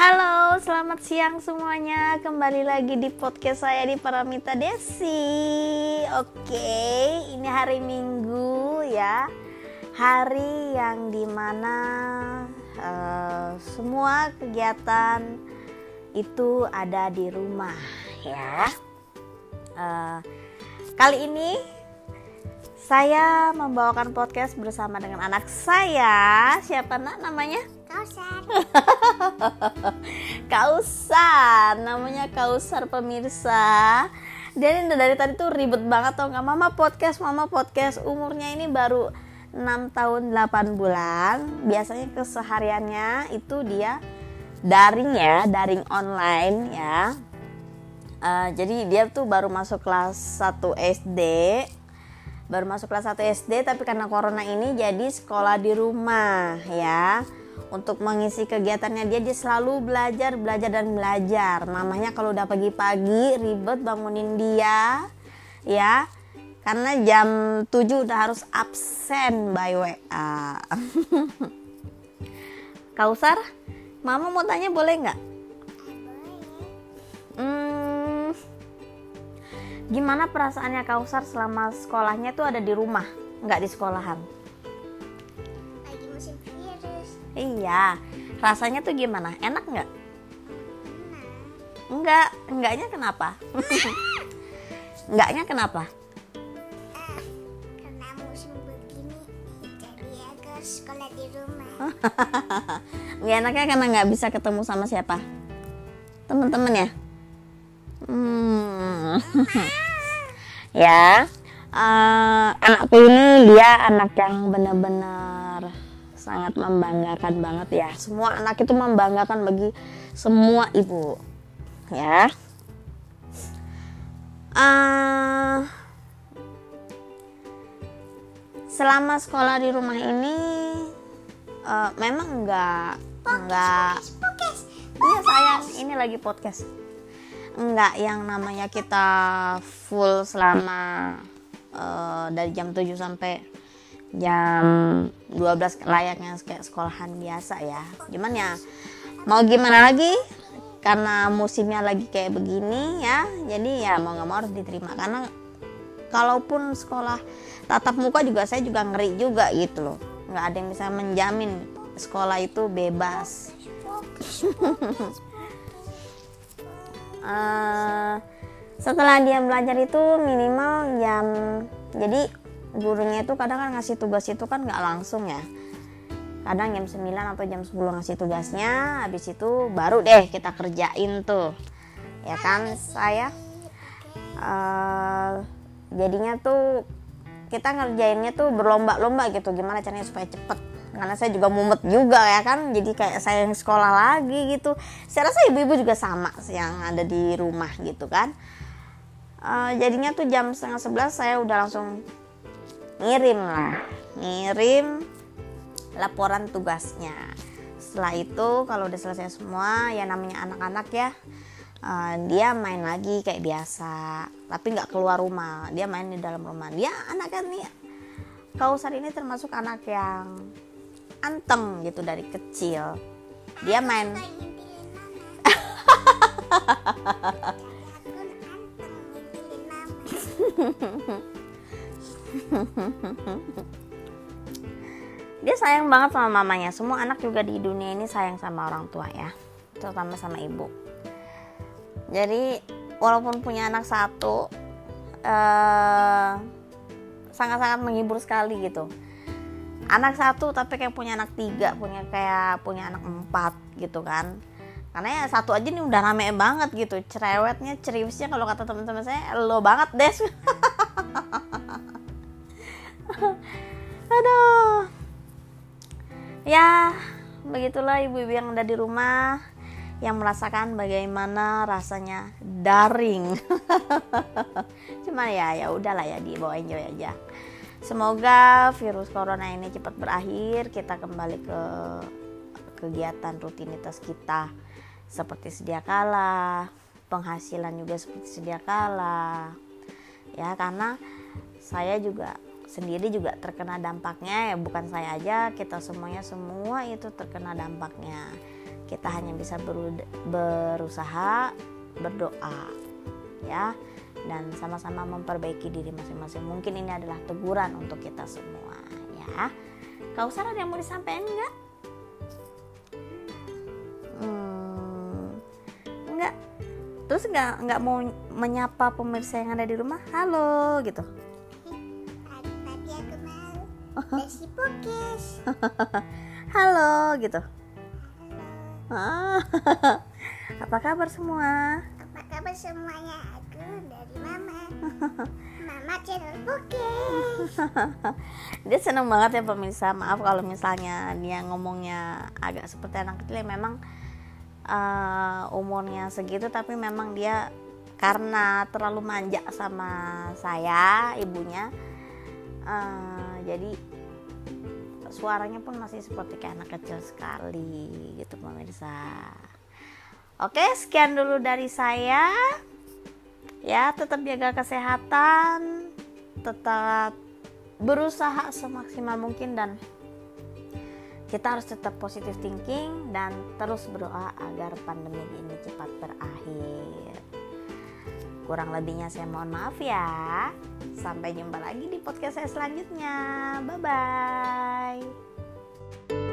Halo, selamat siang semuanya. Kembali lagi di podcast saya di Paramita Desi. Oke, ini hari Minggu ya. Hari yang dimana semua kegiatan itu ada di rumah ya. Kali ini saya membawakan podcast bersama dengan anak saya. Siapa namanya? Kausar. Kausar, namanya Kausar pemirsa. Dia ini dari tadi tuh ribet banget tau gak? Mama podcast. Umurnya ini baru 6 tahun 8 bulan. Biasanya kesehariannya itu dia daring online ya. Jadi dia tuh baru masuk kelas 1 SD. Tapi karena corona ini jadi sekolah di rumah ya. Untuk mengisi kegiatannya dia selalu belajar. Mamanya kalau udah pagi-pagi ribet bangunin dia ya. Karena jam 7 udah harus absen by WA. Kausar, Mama mau tanya boleh nggak? Gimana perasaannya Kausar selama sekolahnya tuh ada di rumah, nggak di sekolahan? Lagi musim virus. Iya, rasanya tuh gimana? Enak nggak? Enggaknya kenapa? Enggaknya kenapa? Karena musim begini, jadi agak sekolah di rumah. Nggak enaknya karena nggak bisa ketemu sama siapa? Temen-temen ya? Ya, anakku ini dia anak yang benar-benar sangat membanggakan banget ya. Semua anak itu membanggakan bagi semua ibu ya. Selama sekolah di rumah ini memang enggak. Iya sayang, ini lagi podcast. Enggak yang namanya kita full selama dari jam 7 sampai jam 12 layaknya kayak sekolahan biasa ya. Cuman ya mau gimana lagi, karena musimnya lagi kayak begini ya, jadi ya mau gak mau harus diterima. Karena kalaupun sekolah tatap muka juga saya juga ngeri juga gitu loh. Nggak ada yang bisa menjamin sekolah itu bebas. Setelah dia belajar itu minimal jam, jadi gurunya itu kadang kan ngasih tugas itu kan nggak langsung ya, kadang jam 9 atau jam 10 ngasih tugasnya, habis itu baru deh kita kerjain tuh ya kan. Saya jadinya tuh kita ngerjainnya tuh berlomba-lomba gitu, gimana caranya supaya cepet, karena saya juga mumet juga ya kan, jadi kayak saya yang sekolah lagi gitu. Saya rasa ibu-ibu juga sama yang ada di rumah gitu kan. Jadinya tuh jam 10:30 saya udah langsung ngirim laporan tugasnya. Setelah itu kalau udah selesai semua, ya namanya anak-anak ya, dia main lagi kayak biasa, tapi nggak keluar rumah, dia main di dalam rumah. Dia anaknya nih, Kausar ini termasuk anak yang anteng gitu dari kecil. Dia main dia sayang banget sama mamanya. Semua anak juga di dunia ini sayang sama orang tua ya, terutama sama ibu. Jadi walaupun punya anak satu, sangat-sangat menghibur sekali gitu. Anak satu tapi kayak punya anak 3, punya anak 4 gitu kan. Karena ya satu aja nih udah rame banget gitu, cerewetnya, ceriwisnya, kalau kata teman-teman saya lo banget des. Aduh. Ya, begitulah ibu-ibu yang ada di rumah yang merasakan bagaimana rasanya daring. Cuman ya udahlah ya, dibawa enjoy aja. Semoga virus corona ini cepat berakhir, kita kembali ke kegiatan rutinitas kita seperti sedia kala, penghasilan juga seperti sedia kala. Ya, karena saya juga sendiri juga terkena dampaknya ya, bukan saya aja, kita semua itu terkena dampaknya. Kita hanya bisa berusaha, berdoa, ya, dan sama-sama memperbaiki diri masing-masing. Mungkin ini adalah teguran untuk kita semua, ya. Kau Sarah ada yang mau disampaikan enggak? Enggak. Terus enggak mau menyapa pemirsa yang ada di rumah, halo gitu. Tadi aku mau Desi Pokes. Halo gitu. Apa kabar semua? Apa kabar semuanya? Aku dari Mama. Mama channel Pokes. Dia seneng banget ya pemirsa. Maaf kalau misalnya dia ngomongnya agak seperti anak kecil. Memang umurnya segitu, tapi memang dia karena terlalu manja sama saya, ibunya, jadi suaranya pun masih seperti kayak anak kecil sekali gitu pemirsa. Oke, sekian dulu dari saya. Ya, tetap jaga kesehatan, tetap berusaha semaksimal mungkin, dan kita harus tetap positive thinking dan terus berdoa agar pandemi ini cepat berakhir. Kurang lebihnya saya mohon maaf ya. Sampai jumpa lagi di podcast saya selanjutnya. Bye bye.